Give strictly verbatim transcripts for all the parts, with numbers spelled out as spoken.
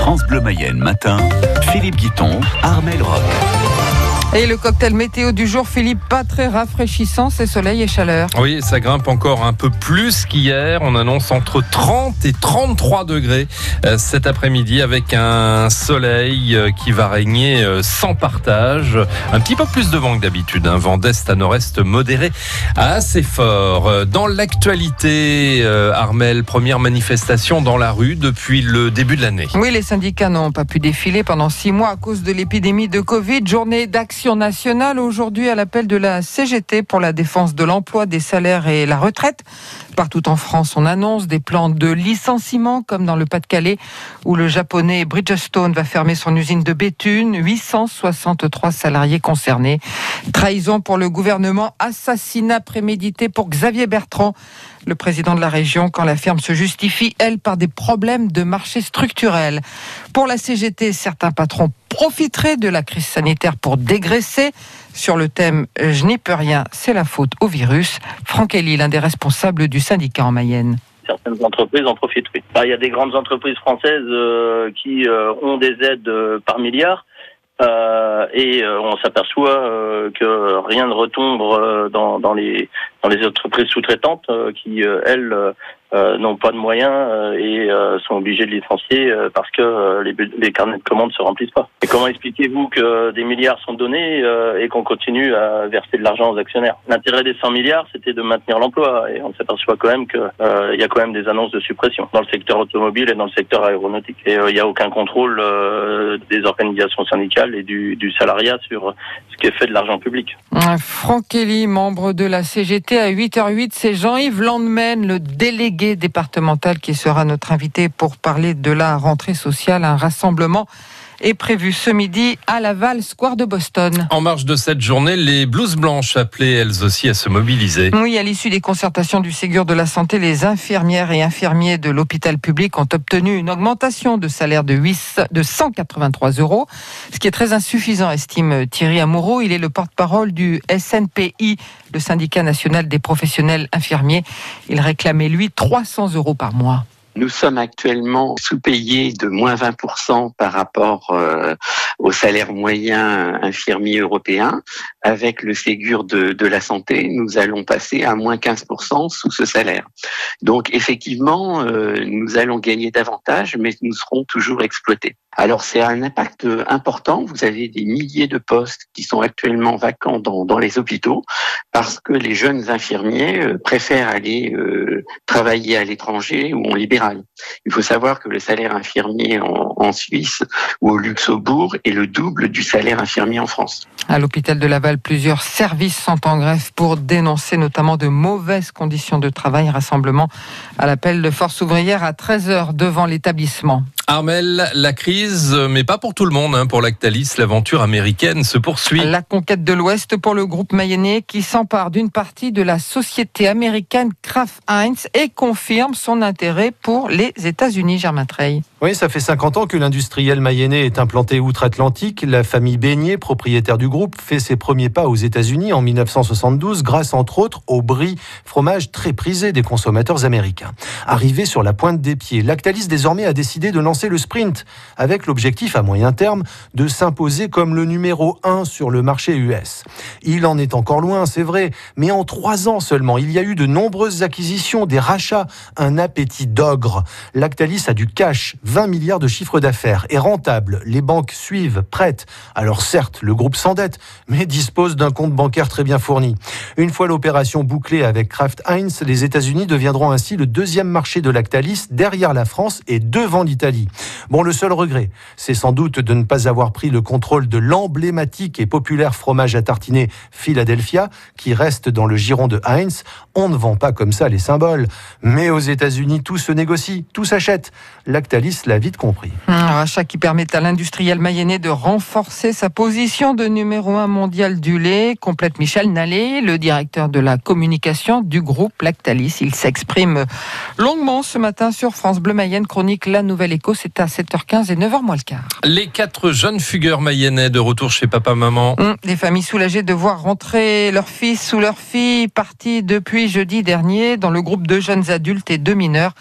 France Bleu Mayenne matin, Philippe Guiton, Armel Rock. Et le cocktail météo du jour, Philippe, pas très rafraîchissant, c'est soleil et chaleur. Oui, ça grimpe encore un peu plus qu'hier. On annonce entre trente et trente-trois degrés euh, cet après-midi avec un soleil euh, qui va régner euh, sans partage. Un petit peu plus de vent que d'habitude, un vent d'est à nord-est modéré assez fort. Dans l'actualité, euh, Armel, première manifestation dans la rue depuis le début de l'année. Oui, les syndicats n'ont pas pu défiler pendant six mois à cause de l'épidémie de Covid. Journée d'action nationale aujourd'hui à l'appel de la C G T pour la défense de l'emploi, des salaires et la retraite. Partout en France, on annonce des plans de licenciement comme dans le Pas-de-Calais où le japonais Bridgestone va fermer son usine de Béthune. huit cent soixante-trois salariés concernés. Trahison pour le gouvernement, assassinat prémédité pour Xavier Bertrand, le président de la région, quand la ferme se justifie, elle, par des problèmes de marché structurels. Pour la C G T, certains patrons profiteraient de la crise sanitaire pour dégraisser. Sur le thème « Je n'y peux rien, c'est la faute au virus », Franck Elie, l'un des responsables du syndicat en Mayenne. Certaines entreprises en profitent, oui. Il y a des grandes entreprises françaises euh, qui euh, ont des aides euh, par milliard. Euh, et euh, on s'aperçoit euh, que rien ne retombe euh, dans, dans les dans les entreprises sous-traitantes euh, qui euh, elles euh, n'ont pas de moyens euh, et euh, sont obligées de licencier euh, parce que euh, les, les carnets de commandes se remplissent pas. Et comment expliquez-vous que des milliards sont donnés euh, et qu'on continue à verser de l'argent aux actionnaires? L'intérêt des cent milliards, c'était de maintenir l'emploi et on s'aperçoit quand même que euh, il y a quand même des annonces de suppression dans le secteur automobile et dans le secteur aéronautique. Et euh, il n'y a aucun contrôle euh, des organisations syndicales et du, du salariat sur ce qui est fait de l'argent public. Franck Elie, membre de la C G T, à huit heures huit, c'est Jean-Yves Landemaine, le délégué départemental, qui sera notre invité pour parler de la rentrée sociale. Un rassemblement est prévu ce midi à Laval, Square de Boston. En marge de cette journée, les blouses blanches appelaient elles aussi à se mobiliser. Oui, à l'issue des concertations du Ségur de la Santé, les infirmières et infirmiers de l'hôpital public ont obtenu une augmentation de salaire de, huit, de cent quatre-vingt-trois euros, ce qui est très insuffisant, estime Thierry Amoureau. Il est le porte-parole du S N P I, le syndicat national des professionnels infirmiers. Il réclamait, lui, trois cents euros par mois. Nous sommes actuellement sous-payés de moins vingt pour cent par rapport euh, au salaire moyen infirmier européen. Avec le Ségur de, de la santé, nous allons passer à moins quinze pour cent sous ce salaire. Donc effectivement, euh, nous allons gagner davantage, mais nous serons toujours exploités. Alors c'est un impact important. Vous avez des milliers de postes qui sont actuellement vacants dans, dans les hôpitaux parce que les jeunes infirmiers euh, préfèrent aller euh, travailler à l'étranger ou en libéral. Il faut savoir que le salaire infirmier en, en Suisse ou au Luxembourg est le double du salaire infirmier en France. À l'hôpital de Laval, plusieurs services sont en grève pour dénoncer notamment de mauvaises conditions de travail. Rassemblement à l'appel de Force ouvrière à treize heures devant l'établissement. Armel, la crise, mais pas pour tout le monde. Hein. Pour Lactalis, l'aventure américaine se poursuit. La conquête de l'Ouest pour le groupe mayennais qui s'empare d'une partie de la société américaine Kraft Heinz et confirme son intérêt pour les États-Unis, Germain Treille. Oui, ça fait cinquante ans que l'industriel mayennais est implanté outre-Atlantique. La famille Beignet, propriétaire du groupe, fait ses premiers pas aux États-Unis en dix-neuf cent soixante-douze grâce entre autres au brie, fromage très prisé des consommateurs américains. Arrivé sur la pointe des pieds, Lactalis désormais a décidé de lancer le sprint avec l'objectif à moyen terme de s'imposer comme le numéro un sur le marché U S. Il en est encore loin, c'est vrai, mais en trois ans seulement, il y a eu de nombreuses acquisitions, des rachats, un appétit d'ogre. Lactalis a du cash, vingt milliards de chiffre d'affaires, est rentable. Les banques suivent, prêtent. Alors certes, le groupe s'endette, mais dispose d'un compte bancaire très bien fourni. Une fois l'opération bouclée avec Kraft Heinz, les États-Unis deviendront ainsi le deuxième marché de Lactalis, derrière la France et devant l'Italie. Bon, le seul regret, c'est sans doute de ne pas avoir pris le contrôle de l'emblématique et populaire fromage à tartiner Philadelphia, qui reste dans le giron de Heinz. On ne vend pas comme ça les symboles. Mais aux États-Unis, tout se négocie, tout s'achète. Lactalis l'a vite compris. Un rachat qui permet à l'industriel mayennais de renforcer sa position de numéro un mondial du lait, complète Michel Nallet, le directeur de la communication du groupe Lactalis. Il s'exprime longuement ce matin sur France Bleu Mayenne, chronique La Nouvelle Écho. C'est à sept heures quinze et neuf heures moins le quart. Les quatre jeunes fugueurs mayennais de retour chez papa-maman. Mmh, des familles soulagées de voir rentrer leur fils ou leur fille partis depuis jeudi dernier dans le groupe de jeunes adultes et de mineurs.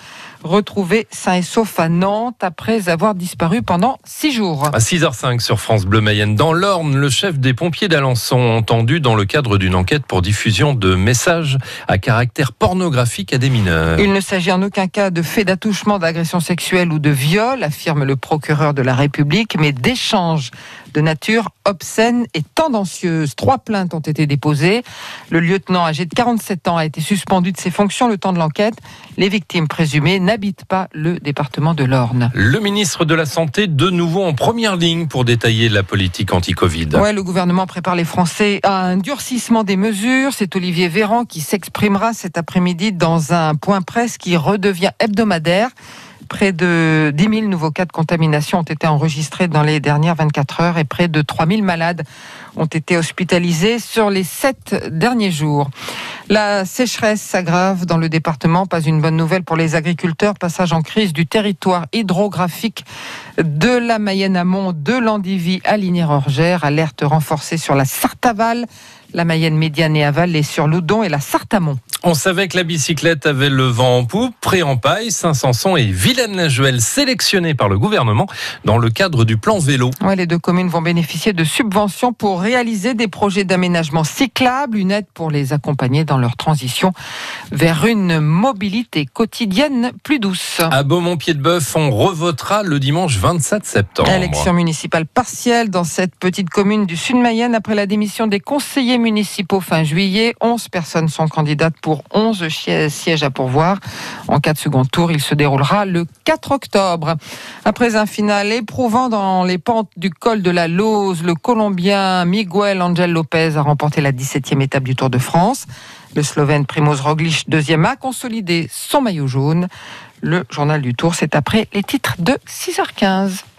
retrouvé sain et sauf à Nantes après avoir disparu pendant six jours. À six heures cinq sur France Bleu Mayenne. Dans l'Orne, le chef des pompiers d'Alençon entendu dans le cadre d'une enquête pour diffusion de messages à caractère pornographique à des mineurs. Il ne s'agit en aucun cas de faits d'attouchement, d'agression sexuelle ou de viol, affirme le procureur de la République, mais d'échanges de nature obscène et tendancieuse. Trois plaintes ont été déposées. Le lieutenant âgé de quarante-sept ans a été suspendu de ses fonctions le temps de l'enquête. Les victimes présumées n'habitent pas le département de l'Orne. Le ministre de la Santé, de nouveau en première ligne pour détailler la politique anti-Covid. Ouais, le gouvernement prépare les Français à un durcissement des mesures. C'est Olivier Véran qui s'exprimera cet après-midi dans un point presse qui redevient hebdomadaire. Près de dix mille nouveaux cas de contamination ont été enregistrés dans les dernières vingt-quatre heures et près de trois mille malades ont été hospitalisés sur les sept derniers jours. La sécheresse s'aggrave dans le département. Pas une bonne nouvelle pour les agriculteurs. Passage en crise du territoire hydrographique de la Mayenne amont, de l'Andivie à Lignières-Orgères. Alerte renforcée sur la Sarthe aval, la Mayenne médiane et aval, et sur l'Oudon et la Sarthe amont. On savait que la bicyclette avait le vent en poupe. Pré-en-Paille, Saint-Sanson et Vilaine-la-Juhel sélectionnés par le gouvernement dans le cadre du plan vélo. Ouais, les deux communes vont bénéficier de subventions pour réaliser des projets d'aménagement cyclable, une aide pour les accompagner dans leur transition vers une mobilité quotidienne plus douce. À Beaumont-Pied-de-Bœuf, on revotera le dimanche vingt-sept septembre. Élection municipale partielle dans cette petite commune du Sud-Mayenne après la démission des conseillers municipaux fin juillet. onze personnes sont candidates pour onze sièges à pourvoir. En cas de second tour, il se déroulera le quatre octobre. Après un final éprouvant dans les pentes du col de la Lauze, le Colombien Miguel Angel Lopez a remporté la dix-septième étape du Tour de France. Le Slovène Primož Roglič, deuxième, a consolidé son maillot jaune. Le journal du Tour, c'est après les titres de six heures quinze.